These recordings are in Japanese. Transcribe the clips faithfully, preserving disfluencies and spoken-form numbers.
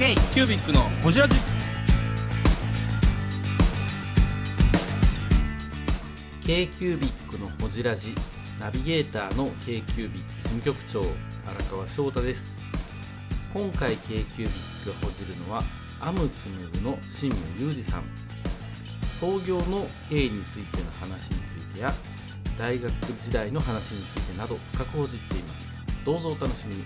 K キュービックのホジラジ。 K キュービックのホジラジナビゲーターの K キュービック事務局長荒川翔太です。今回 K キュービックがほじるのはアムツムグの新武裕二さん。創業の経緯についての話についてや大学時代の話についてなど深くほじっています。どうぞお楽しみに。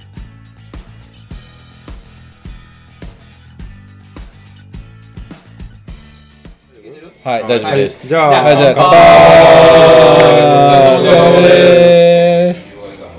はい、大丈夫です。 じゃあ、 はい、じゃあ乾杯。お疲れ様です。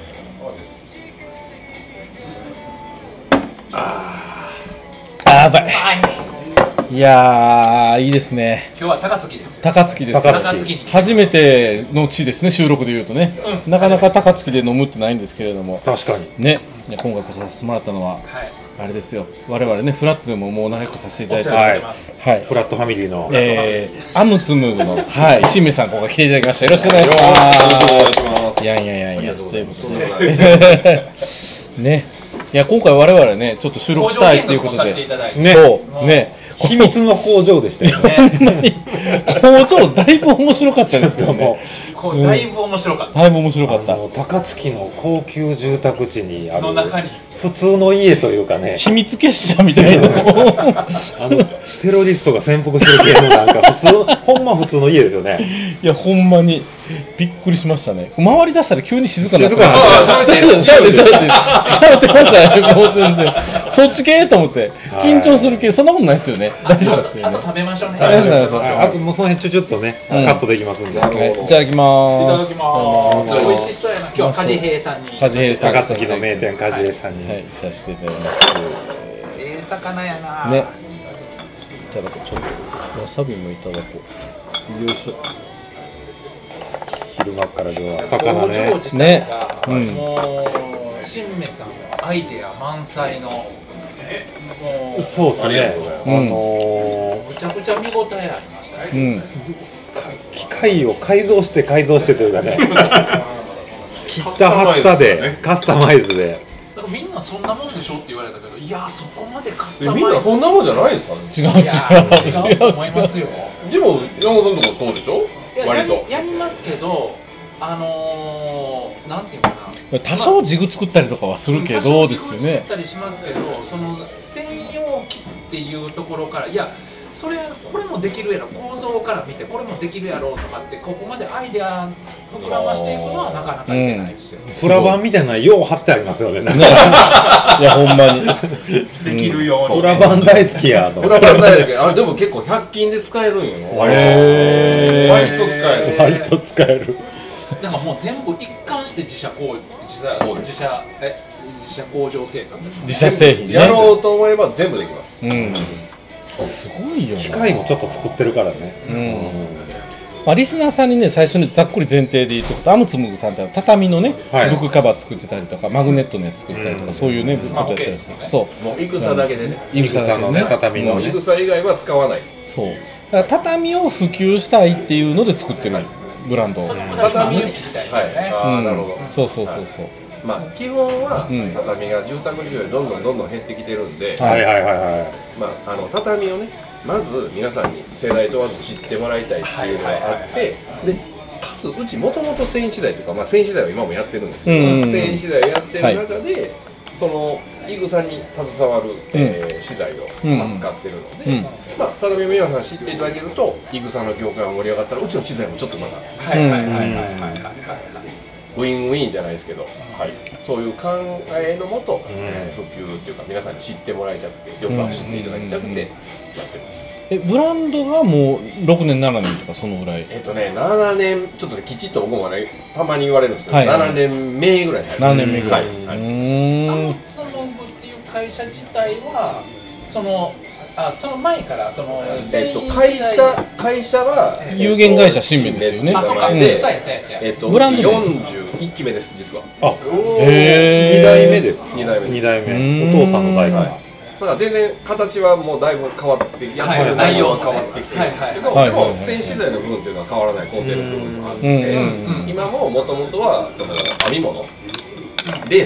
あー、やばい。いやー、いいですね。 今日は高槻ですよ。 高槻ですよ。 高槻に初めての地ですね、収録でいうとね、うん、なかなか高槻で飲むってないんですけれども、 確かにね、今回来させてもらったのは、はい、あれですよ、我々ね、フラットでももう仲良くさせていただいてます。はい、 フラットファミリーの、 えー、アムツムグの、はい、新明さん、ここ来ていただきました。よろしくお願いします。よろしくお願いします。いやいやいやいや、ということでね、いや今回我々ね、ちょっと収録したいっていうことで、 ね、 そうね、 秘密の工場でしたよね。 ほんまに工場だいぶ面白かったですよね。 だいぶ面白かった。 だいぶ面白かった。 高槻の高級住宅地にあるの中に普通の家というかね、 秘密結社みたいなあのテロリストが潜伏する系のなんか普通ほんま普通の家ですよね。 いやほんまにびっくりしましたね。回り出したら急に静かになって、 静かになって、 しゃべってしゃべってしゃべってください。もう全然そっち系と思って緊張する系、そんなことないですよね。大丈夫ですよね。 あと食べましょうね。 食べましょう食べましょう。 あともうその辺ちょちょっとね、カットできますんで。 いただきまーす。いただきまーす。美味しそうやな。今日は梶平さんに。 梶平さん。 高槻の名店梶平さんに。 はい、させていただきます。 ええ魚やな。 ね。いただこう、ちょっとわさびもいただこう。よいしょ。 昼間から今日は魚ね。 ね。 うん。もう新明さんはアイデア満載の。もうそうですね。あのむちゃくちゃ見応えありましたね。 うん。 機械を改造して改造してというかね。切った貼ったでカスタマイズで。 だからみんなそんなもんでしょって言われたけど、いやそこまでカスタマイズ。 みんなそんなもんじゃないですかね。 違う違う違うと思いますよ。 でも山本さんとかそうでしょ。割とやりますけど、あのー、なんていうかな。 多少ジグ作ったりとかはするけどですよね。 作ったりしますけど、その専用機っていうところから、いやそれこれもできるやろ、構造から見てこれもできるやろとかってここまでアイデア膨らましていくのはなかなかいけないですよ。 プラ板みたいなよう貼ってありますよね。 いやほんまにできるように。 プラ板大好きやと。 プラ板大好き。あれでも結構ひゃく均で使えるんよ。割と割と使える。 割と使える。 だからもう全部一貫して自社工自社そうです自社え自社工場生産です。 自社製品やろうと思えば全部できます。 うん。すごいよな。 機械もちょっと作ってるからね。 うん。まあリスナーさんにね最初にざっくり前提で言うと、アムツムグさんって畳のね、はい、ブックカバー作ってたりとかマグネットのやつ作ったりとか、うん、そういうねブックやったりとか、そうもういぐさだけでね、 いぐさのね畳のいぐさ以外は使わない。 そう。だから畳を普及したいっていうので作ってるブランド。 その畳に聞きたいですよね。 ああなるほど。 そうそうそうそう。 まあ基本は畳が住宅需要でどんどんどんどん減ってきてるんで、 はいはいはいはい。 まああの畳をねまず皆さんに世代問わず知ってもらいたいっていうのがあって、でかつうちもともと繊維資材というか、まあ繊維資材は今もやってるんですけど、繊維資材をやってる中でそのいぐさに携わる資材を扱ってるので、まあ畳を皆さん知っていただけるといぐさの業界が盛り上がったらうちの資材もちょっとまたはいはいはいはいはいウィンウィンじゃないですけど、はい、そういう考えのもと、えー、普及っていうか皆さんに知ってもらいたくて良さを知っていただきたくてやってます。 えブランドがもうろくねんななねんとかそのぐらい。 えっとねななねんちょっとねきちっと僕もねたまに言われるんですけど、はいはい、ななねんめぐらいになる。 ななねんめぐらい。 はいはい、 アムツムグっていう会社自体はそのあその前からその、 えっと、会社会社は有限会社新明ですよね。 あそうか、うん、 で、 そうやそうやそうや。 えっとブランドよんじゅういっきめです実は。 あへえ。に代目です。 に代目です。 に代目。お父さんの代から。 だから全然形はもうだいぶ変わってやってる内容は変わってきてるんですけど、でも繊維資材の部分っていうのは変わらない工程の部分があって、今ももともとはその編み物、レース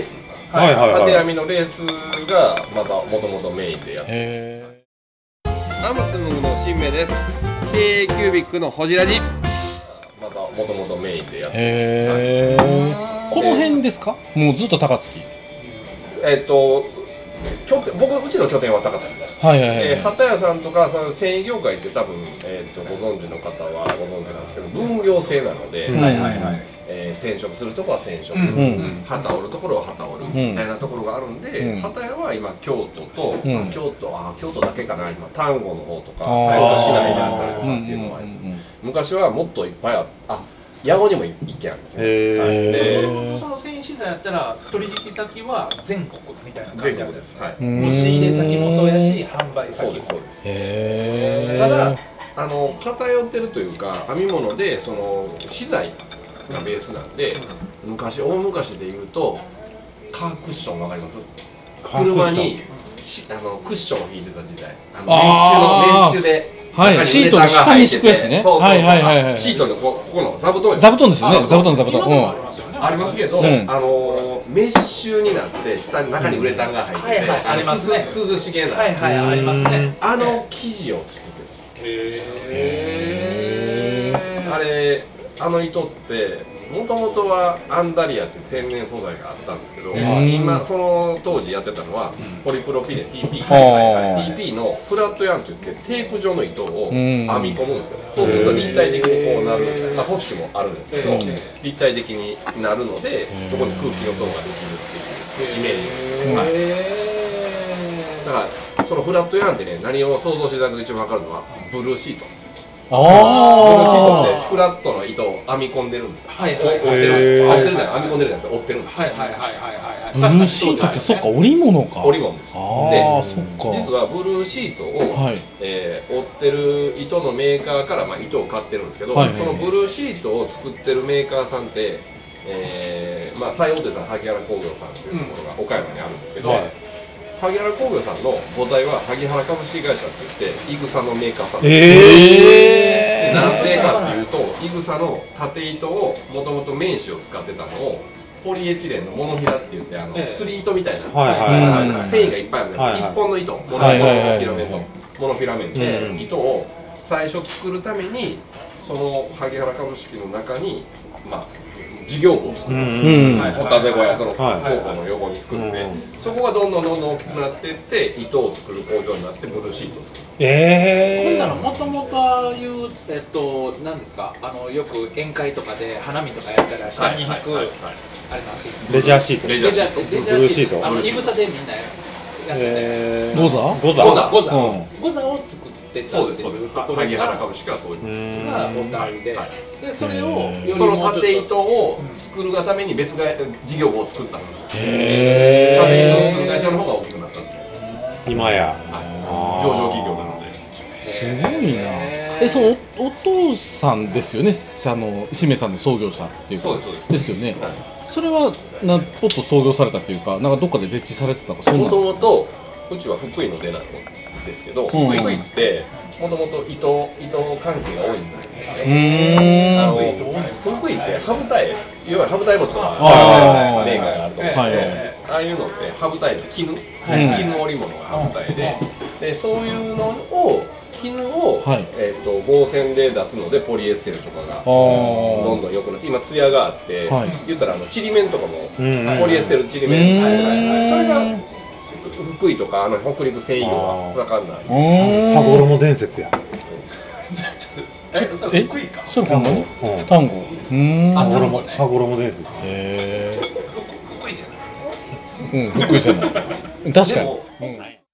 はいはいはい縦編みのレースがまたもともとメインでやってへアムツムグの新名です。 ケー キュービックのホジラジまたもともとメインでやってえこの辺ですか？もうずっと高槻。 えっと拠点僕うちの拠点は高槻です。 はいはいはい、 で旗屋さんとかその繊維業界って多分、えー、とご存知の方はご存知なんですけど分業制なので、 うんはいはいはいえー染色するところは染色、 うんうん旗織るところは旗織る、 んみたいなところがあるんで、 うん旗屋は今京都と、 うんあ京都あ京都だけかな今丹後の方とか京あー都市内であったりとかっていうのは、 うんうんうんうん昔はもっといっぱいああ八尾にも一軒あるんですよ、 へはいへでーその繊維資材やったら取引先は全国みたいな感じ全なんで国ですす、はい、 うーんもう仕入れ先もそうやし販売先もそうですそうですへーただあの偏ってるというか編み物でその資材がベースなんで、昔大昔で言うとカークッションわかりますカークッション車にしあのクッションを引いてた時代あのあーメッシュのメッシュではい中にシートの下に敷くやつねそうそうそうはいはいはいはいシートのこここの座布団座布団ですよねあ座布団座布団今でもありますよねありますけど、 うんあのメッシュになって下に中にウレタンが入ってて、 はいはいあのありますね涼涼しげな、 はいはいありますねあの生地を作ってたんですへーあれあの糸ってもともとはアンダリアっていう天然素材があったんですけど、 ん今その当時やってたのはポリプロピレン ティーピー、 あーティーピー のフラットヤンって言ってテープ状の糸をうん編み込むんですよ。そうすると立体的にこうなる、まあ、組織もあるんですけど、 うん立体的になるのでそこに空気の層ができるっていうイメージ、はい、だからそのフラットヤンってね何を想像していただくと一番分かるのはブルーシートブルーシートあってフラットの糸を編み込んでるんですよ。 はいはいはい折ってるんですよ。 へー折ってるじゃない、編み込んでるじゃなくて折ってるんですよ。 はいはいはいはいはいブルーシートってそっか織物か織物です。 あーでそっか実はブルーシートを、 はいえー折ってる糸のメーカーからまあ糸を買ってるんですけど、 はいはいそのブルーシートを作ってるメーカーさんって、えーまあ最大手さん萩原工業さんというところが岡山にあるんですけど、 はい萩原工業さんの母体は萩原株式会社って言ってイグサのメーカーさんです。 えなんでかっていうと、イグサの縦糸をもともと綿糸を使ってたのをポリエチレンのモノフィラって言ってあの、 ええ釣り糸みたいな、 はいはいはいはい繊維がいっぱいあるんで、 はいはい一本の糸モノフはいはいはいィラメントモノフィラメントで、 うん糸を最初作るためにその萩原株式の中にまあ事業部を作るんですよ、 うんはい、ホタテ小屋そのはい倉庫の横に作って、 うんそこがどんどんどんどん大きくなっていって糸を作る工場になってブルーシートを作る。 こんえなのもともとああいうえっと何ですかあのよく宴会とかで花見とかやったら下に引くはいはいはいはいあれなんていうのレジャーシートレジャーシートレジャブルーシートあのいぐさでみんなやっててえゴザゴザゴザゴザうんゴザを作ってたそうっていですそうですうところ萩原が株式はそういううーんがボタンではいでそれをよりそのもうちょっと縦糸を作るがために別が事業部を作ったの。 へ縦糸を作るえ会社の方が大きくなったっていう。 今やはい上場企業なので。 すごいなえそのおお父さんですよねあの石目さんの創業者っていうかそうですそうです。 ですよねそれはなポッと創業されたっていうかなんかどっかで設置されてたかそんなもともとうちは福井の出なんですけど、福ん井ってもともと糸糸関係が多いんですよ。 うーんあの福井って羽二重要は羽二重餅とかあーメーカーがあると思うんですけど、 はいああいうのって羽二重って絹、 はい絹織物が羽二重で、でそういうのを絹を、 はいえー、と合成で出すのでポリエステルとかがあどんどん良くなって今ツヤがあって、 はい言ったらあのちりめんとかもうんポリエステルちりうめん、 んはいはいはいそれが福井とかあの北陸繊維業が盛んな羽衣伝説やえそれえ福井かそれほんまにうん単語うーんあ羽衣単語ね羽衣伝説へえ福井じゃないうんびっくりしたな確かにでもうん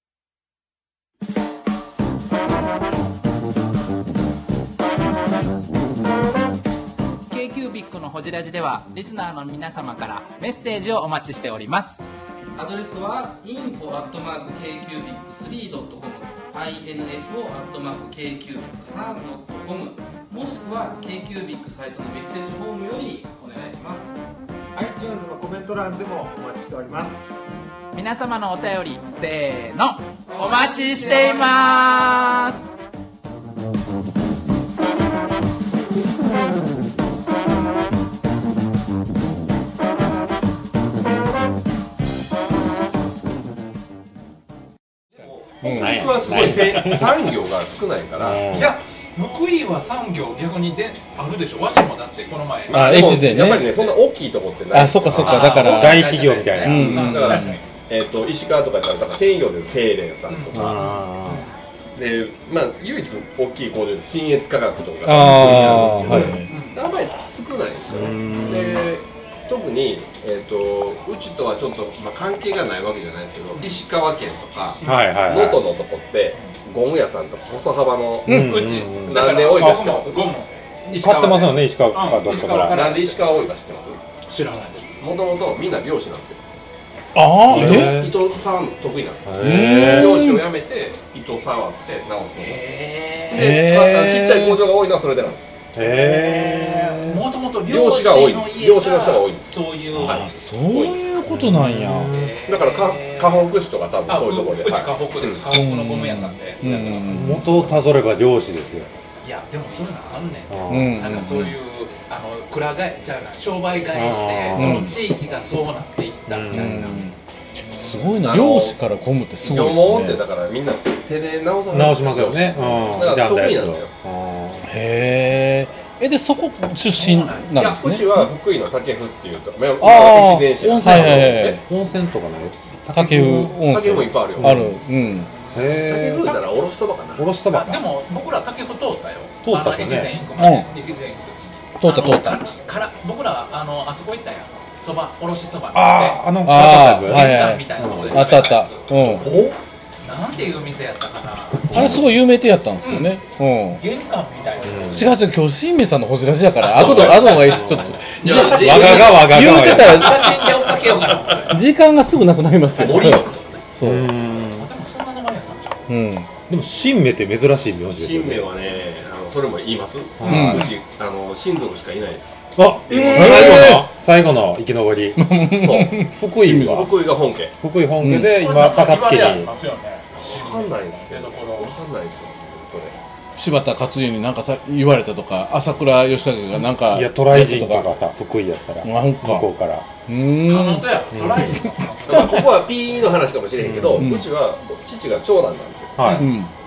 k q b i c のほじラジではリスナーの皆様からメッセージをお待ちしております。 アドレスは インフォ アットマーク ケーキュービックスリー ドットコム インフォ アットマーク ケーキュービックスリー ドットコム もしくは KQBIC サイトのメッセージフォームよりお願いします。 iTunes のコメント欄でもお待ちしております。 皆様のお便りせーのお待ちしています。 北陸はすごいせ産業が少ないから、 いや福井は産業逆にであるでしょ。和紙もだってこの前あ越前ねやっぱりねそんな大きいとこってない。 あそっかそっかだから大企業みたいな、 うん、 だから、えー、と石川とかやったら繊維業で精錬さんとか、うん、でまあ唯一大きい工場で信越化学とかああるんですけど、あんまり少ないんですよね。で特に、えー、とうちとはちょっと、まあ、関係がないわけじゃないですけど、石川県とか能登、はいはいはい、のとこってゴム屋さんとか細幅の、うん、うちなんで多いか知ってます？ゴム石川買ってますよね、石川かどっかから。 なんで石川多いか知ってます？ 知らないです。 もともとみんな漁師なんですよ。 ああ、 糸糸触るの得意なんですよ。漁師を辞めて糸触って直すの。で、ちっちゃい工場が多いのはそれでなんです。 へえ。もともと漁師が多いんです。漁師の人が多いんです。 そういう、 あ、そういうことなんや。 だからか河北市とか多分そういうところで。 うち河北です。河北のゴム屋さんで。 元をたどれば漁師ですよ。 いやでもそういうのあんねん。なんかそういうあの蔵がじゃあ商売買いしてその地域がそうなっていったみたいな。 すごいな。漁師からゴムってすごいですね。 漁網ってだからみんな手で直さ直しますよね。 だから得意なんですよ。 へえ。えでそこ出身なんですね。いやうちは福井の武生っていうと、まあ越前市温泉え温泉とかない？ 武生温泉。 武生もいっぱいあるよ。 ある。うん。 へえ。武生ならおろしそばかな。 おろしそば。 でも僕ら武生通ったよ。 通ったっすね。 越前行くまで越前行く時に。 通った通った。 から僕らあのあそこ行ったやん。そばおろしそばの店。ああのあ玄関みたいなところで。 あったあった。うん。 なんていう店やったかな。 あれすごい有名店やったんですよね。うん。 玄関みたいな。 違う違う今日新明さんのホジラジやから後で後の方がいいですちょっと。 わががわがが。 言うてたら写真で追っかけようかな。 時間がすぐなくなりますよ。 森のことね。 そう。 でもそんな名前やったんじゃん。 うん。 でも新明って珍しい名字ですよね。 新明はね、あのそれも言います。うちあの親族しかいないです。 あ、最後の最後の生き残り。そう。福井は福井が本家。 福井本家で今高槻に。 わかんないですよ。わかんないですよ。それ。 柴田勝家に何かさ言われたとか、朝倉義景がなんかいや渡来人とかさ福井やったら向こうから。 うん。 可能性や。渡来人。 ここはピーの話かもしれへんけど、うちは父が長男なんですよ。 はい。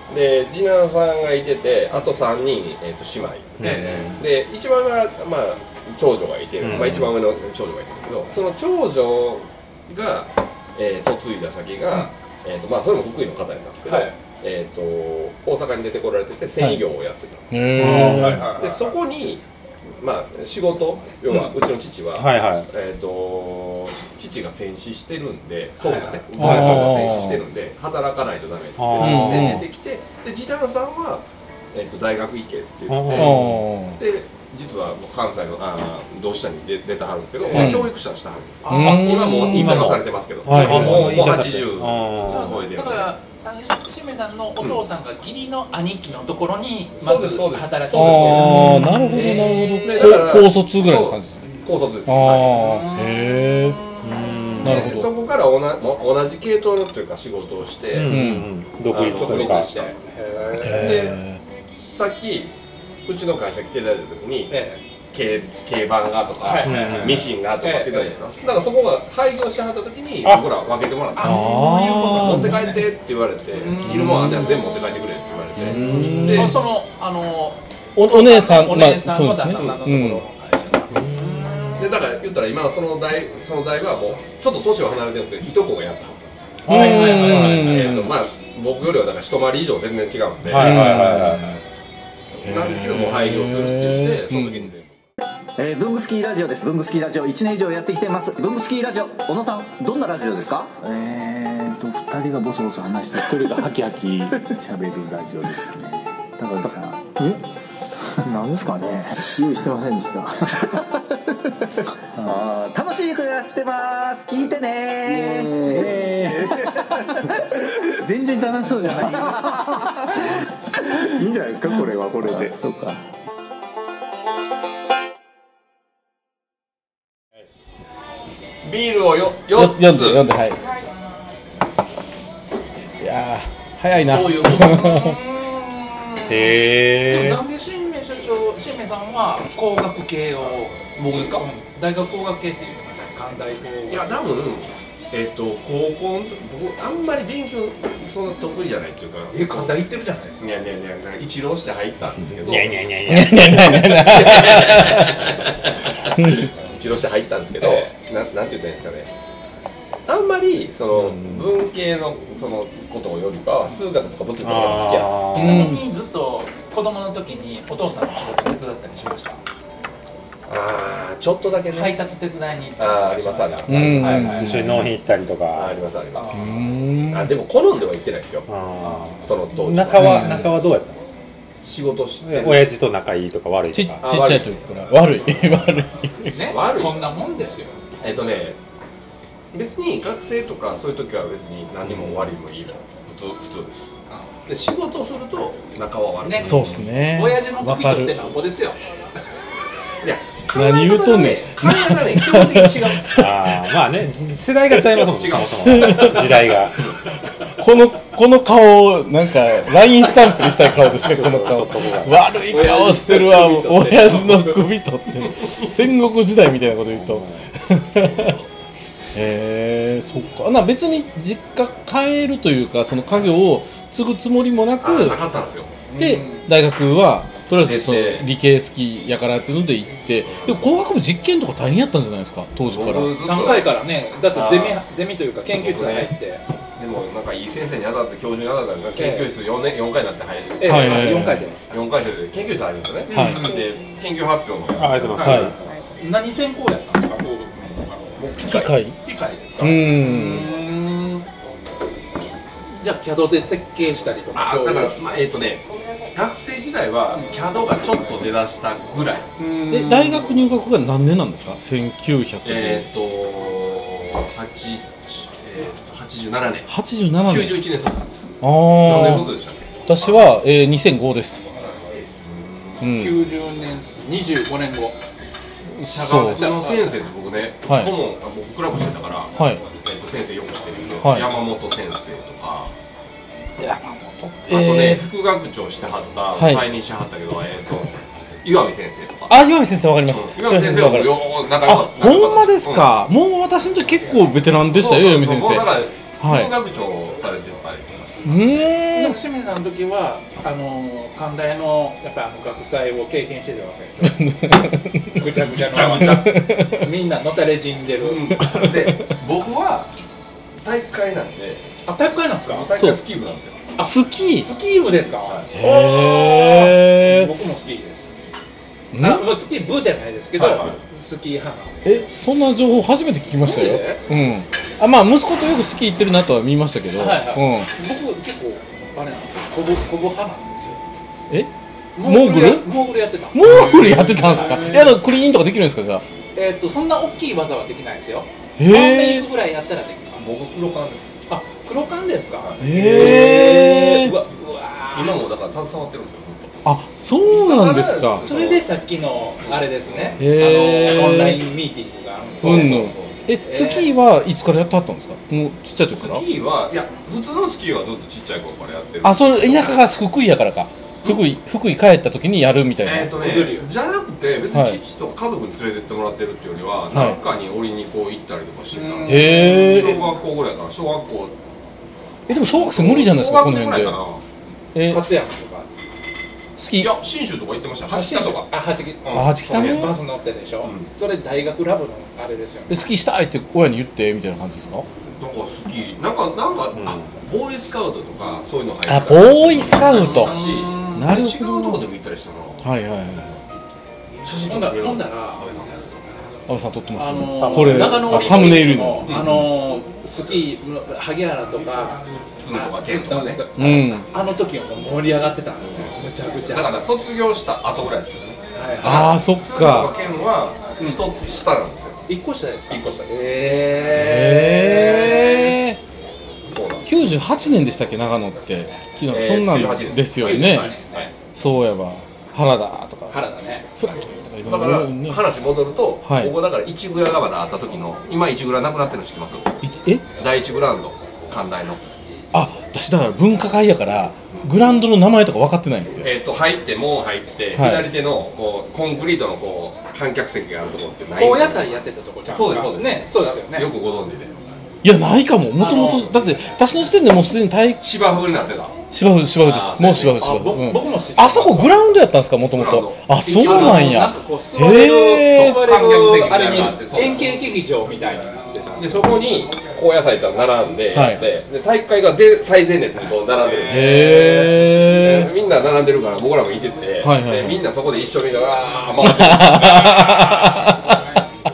で次男さんがいてて、あとさんにんえっと姉妹。で一番上はまあ長女がいてる。まあ一番上の長女がいてるけど、その長女がえー嫁いだ先がえっとまあそれも福井の方やったんですけど。えー、と大阪に出てこられてて繊維業をやってたんですよ、はい、でそこに、まあ、仕事要はうちの父は、はいはいえー、と父が戦死してるんで祖父がね生まれたが戦死してるんで働かないとダメって言って出てきてで次男さんは、えー、と大学行けって言ってで実はもう関西のあ同志社に出てはるんですけど、うん、教育者をしてはるんですよ、うん、今もう今もされてますけど、はいはい、もうもうはちじゅう超えてるんで新明さんのお父さんが義理の兄貴のところにまず働きああなるほどなるほど高卒ぐらいの感じですね高卒ですああへえなるほどそこからおな同じ系統のというか仕事をして独立というかしてでさっきうちの会社来ていただいた時に軽板がとか、はいはいはい、ミシンがとかって言ったんですか、はいはい、だからそこが廃業しはった時に僕ら分けてもらってそういうこと持って帰ってって言われているもんは全部持って帰ってくれって言われてでそのあのお, お姉さんお姉さんの旦那さんのところの会社が、 うん、でだから言ったら今その代その代はもうちょっと年は離れてるんですけどいとこがやってはったんですよはいはいはいはいはいえーとまあ僕よりはだから一回り以上全然違うんではいはいはいはいなんですけども廃業するって言ってその時に全部えー、ブングスキーラジオです。ブングスキーラジオいちねん以上やってきてます。ブングスキーラジオ小野さんどんなラジオですか？ えーとふたりがボソボソ話してひとりがハキハキ喋るラジオですね。高木さんえ何ですかね用意してませんでしたあ楽しくやってます聞いてねー全然楽しそうじゃないいいんじゃないですかこれはこれでそうかビールをよよっつ読んで読んではいいやー早いなそういうことへえなんで新明社長新明さんは工学系を僕ですか、 うん、大学工学系って言ってましたね関大工いや多分えっと高校の時僕あんまり勉強そんな得意じゃないっていうかえ簡単言ってるじゃないですか。 いやいやいや一浪して入ったんですけどいやいやいやいや一浪して入ったんですけど、ななんて言ったらいいんですかね、あんまりその文系のそのことよりかは数学とか物理とかが好きやった。 ちなみにずっと子供の時にお父さんの仕事手伝ったりしました。 ああちょっとだけね配達手伝いに行ったり。 ああありますあります、 はいはいはい、 一緒に納品行ったりとか。 ありますあります。 うーんあでも好んでは行ってないですよ。 あその当時仲は仲はどうやったんですか。 仕事して親父と仲いいとか悪いちちっとか。 ちゃい時から悪い悪いね、 悪いこんなもんですよ。 えっとね別に学生とかそういう時は別に何にも悪いもいいも普通普通です。で仕事をすると仲は悪い。 ねそうっすね親父のわか首取ってるなんぼですよ。 いや何言うとんねん考え方がね基本的に違う。 ああまあね世代が違いますもんね。そもそも時代が。 このこの顔なんかラインスタンプにしたい顔ですねこの顔悪い顔してるわ親父の首取って戦国時代みたいなこと言うとへえー、そっかな別に実家帰るというかその家業を継ぐつもりもなくあなかったんですよ。 で大学はとりあえずそので理系好きやからっていうので行ってでも工学部実験とか大変やったんじゃないですか当時から僕さんかいからね、だってゼミゼミというか研究室に入って、 でもなんかいい先生に当たって教授に当たったら研究室よねんよんかいになって入る。 ええはいはいはいよんかいで。 よんかい生で研究室入るんですよね。 はいで研究発表のあありがとうございます。 は何専攻やったんですか？ 僕い機械機械ですか？ うーうんん。じゃあ キャド で設計したりとか。 あだからまあえっとね学生時代は キャド がちょっと出だしたぐらい。 え大学入学が何年なんですかせんきゅうひゃくえっとはちえっとはちじゅうななねん。 はちじゅうななねんきゅうじゅういちねん卒です。 あ何年あ卒でしたっけ？ 私は、えー、にせんごですうんきゅうじゅうねんにじゅうごねんご。 そううちの先生って僕ね、 はい顧問僕クラブしてたから、 はいえっと先生よくしてるんで、 はい山本先生とか。 山本あとね、 えー副学長してはった、 はい退任しはったけど、えっ、と岩見先生とか。 あ岩見先生わかりますうん岩見先生はもうよう仲良あかった。 ほんまですか、もう私の時結構ベテランでしたよ岩見先生もうだからはい副学長されてたりとかして。 うーんでも清水さんの時はあの関大のやっぱりあの学祭を経験してるわけでしょ。ぐちゃぐちゃのぐちゃぐちゃみんなのたれ死んでる。 で、僕は体育会なんで、 あ体育会なんですか？ 体育会スキー部なんですよ。 スキースキー部ですか？ へー僕もスキーです。 んあまあスキー部じゃないですけど、 はいはいスキー派なんですよ。 えそんな情報初めて聞きましたよマジでうんあまあ息子とよくスキー行ってるなとは見ましたけど、 はいはいうん僕結構あれなんですよ。こぶこぶ派なんですよ。 えモモーグルやモーグルやってた。 モーグルやってたんですかいやだからクリーンとかできるんですかじゃあえっとそんな大きい技はできないですよ。 へワンメイえクぐらいやったらできます。 僕黒缶です。 あ黒缶ですか？ へえうわうわー今もだから携わってるんですよ、ずっと。 あそうなんですかそれでさっきのあれですね。 へーあのオンラインミーティングがあるんですよ。 うんのそうそうえスキーはいつからやってはったんですかもうちっちゃい時スからキーはいや普通のスキーはずっとちっちゃい頃からやってる。 あそれ田舎が福井やからか福井福井帰った時にやるみたいな、 えーとね、 ずるよじゃなくて別はいに父とか家族に連れてってもらってるっていうよりは、 いなんかに折りにこう行ったりとかしてた。 へ小え学校ぐらいかな、小学校えでも小学生無理じゃないですかこの小学辺で校ぐらいかな。 え勝山とか。 スキーいや信州とか行ってました。八北とか。 あ八北。 うんあ八北ねバス乗ってでしょ。 うんそれ大学ラブのあれですよね。 でスキーしたいって親に言ってみたいな感じですかなんかスキーなんかなんか、あボーイスカウトとかそういうの入ってあたボーイスカウトしたしなるほど違うとこでも行ったりしたな。 はいはいはい写真ほんだ撮ってくれるほんだら。 安倍さん撮ってますね、 あのー、 これ長野オリンピックのあサムネイルのあのー、スキー萩原とか角とか剣とかね。 うんあの時は盛り上がってたんですね。むちゃくちゃ。 だから卒業した後ぐらいですけどね。 はいはい。 ああそっ角とかか剣は一つ下なんですよ。 一個下ですか。 一個下です。 へへえそうなんです。 きゅうじゅうはちねんでしたっけ長野ってなんかえーそんなきゅうじゅうはちねんんですよね、 はいそういえば原田とか原田ね。 フラキーとかいだからろいろね話戻ると、 はいここだから一グラがまだあった時の今一グラなくなってるの知ってます？ いちえ第一グラウンド関大の。 あ私だから文化会やからグラウンドの名前とか分かってないんですよえっ、と入って門入って、 はい左手のこうコンクリートのこう観客席があるところってない。 高野菜やってたとこじゃん。 そうですそうです。 ね、そうですよね。 よくご存知で。 いやないかも。もともとだって私の時点でもうすでに体芝生になってた。 芝生芝生です。もう芝生芝生。うん僕も知ってます。 あそこグラウンドやったんですか、もともと。あ、そうなんや。 なんかこう座れる、 へー座れるあれに円形劇場みたいになってた。 でそこに高野菜と並んではいやって、で体育会がぜ最前列にこう並んでるんですよ。 へでみんな並んでるから僕らもいてて、 はいはいはいでみんなそこで一緒にわー回ってる。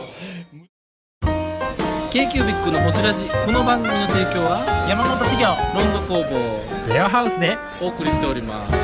k q b i c のほじラジ、この番組の提供は山本資源ロンド工房レアハウスでお送りしております。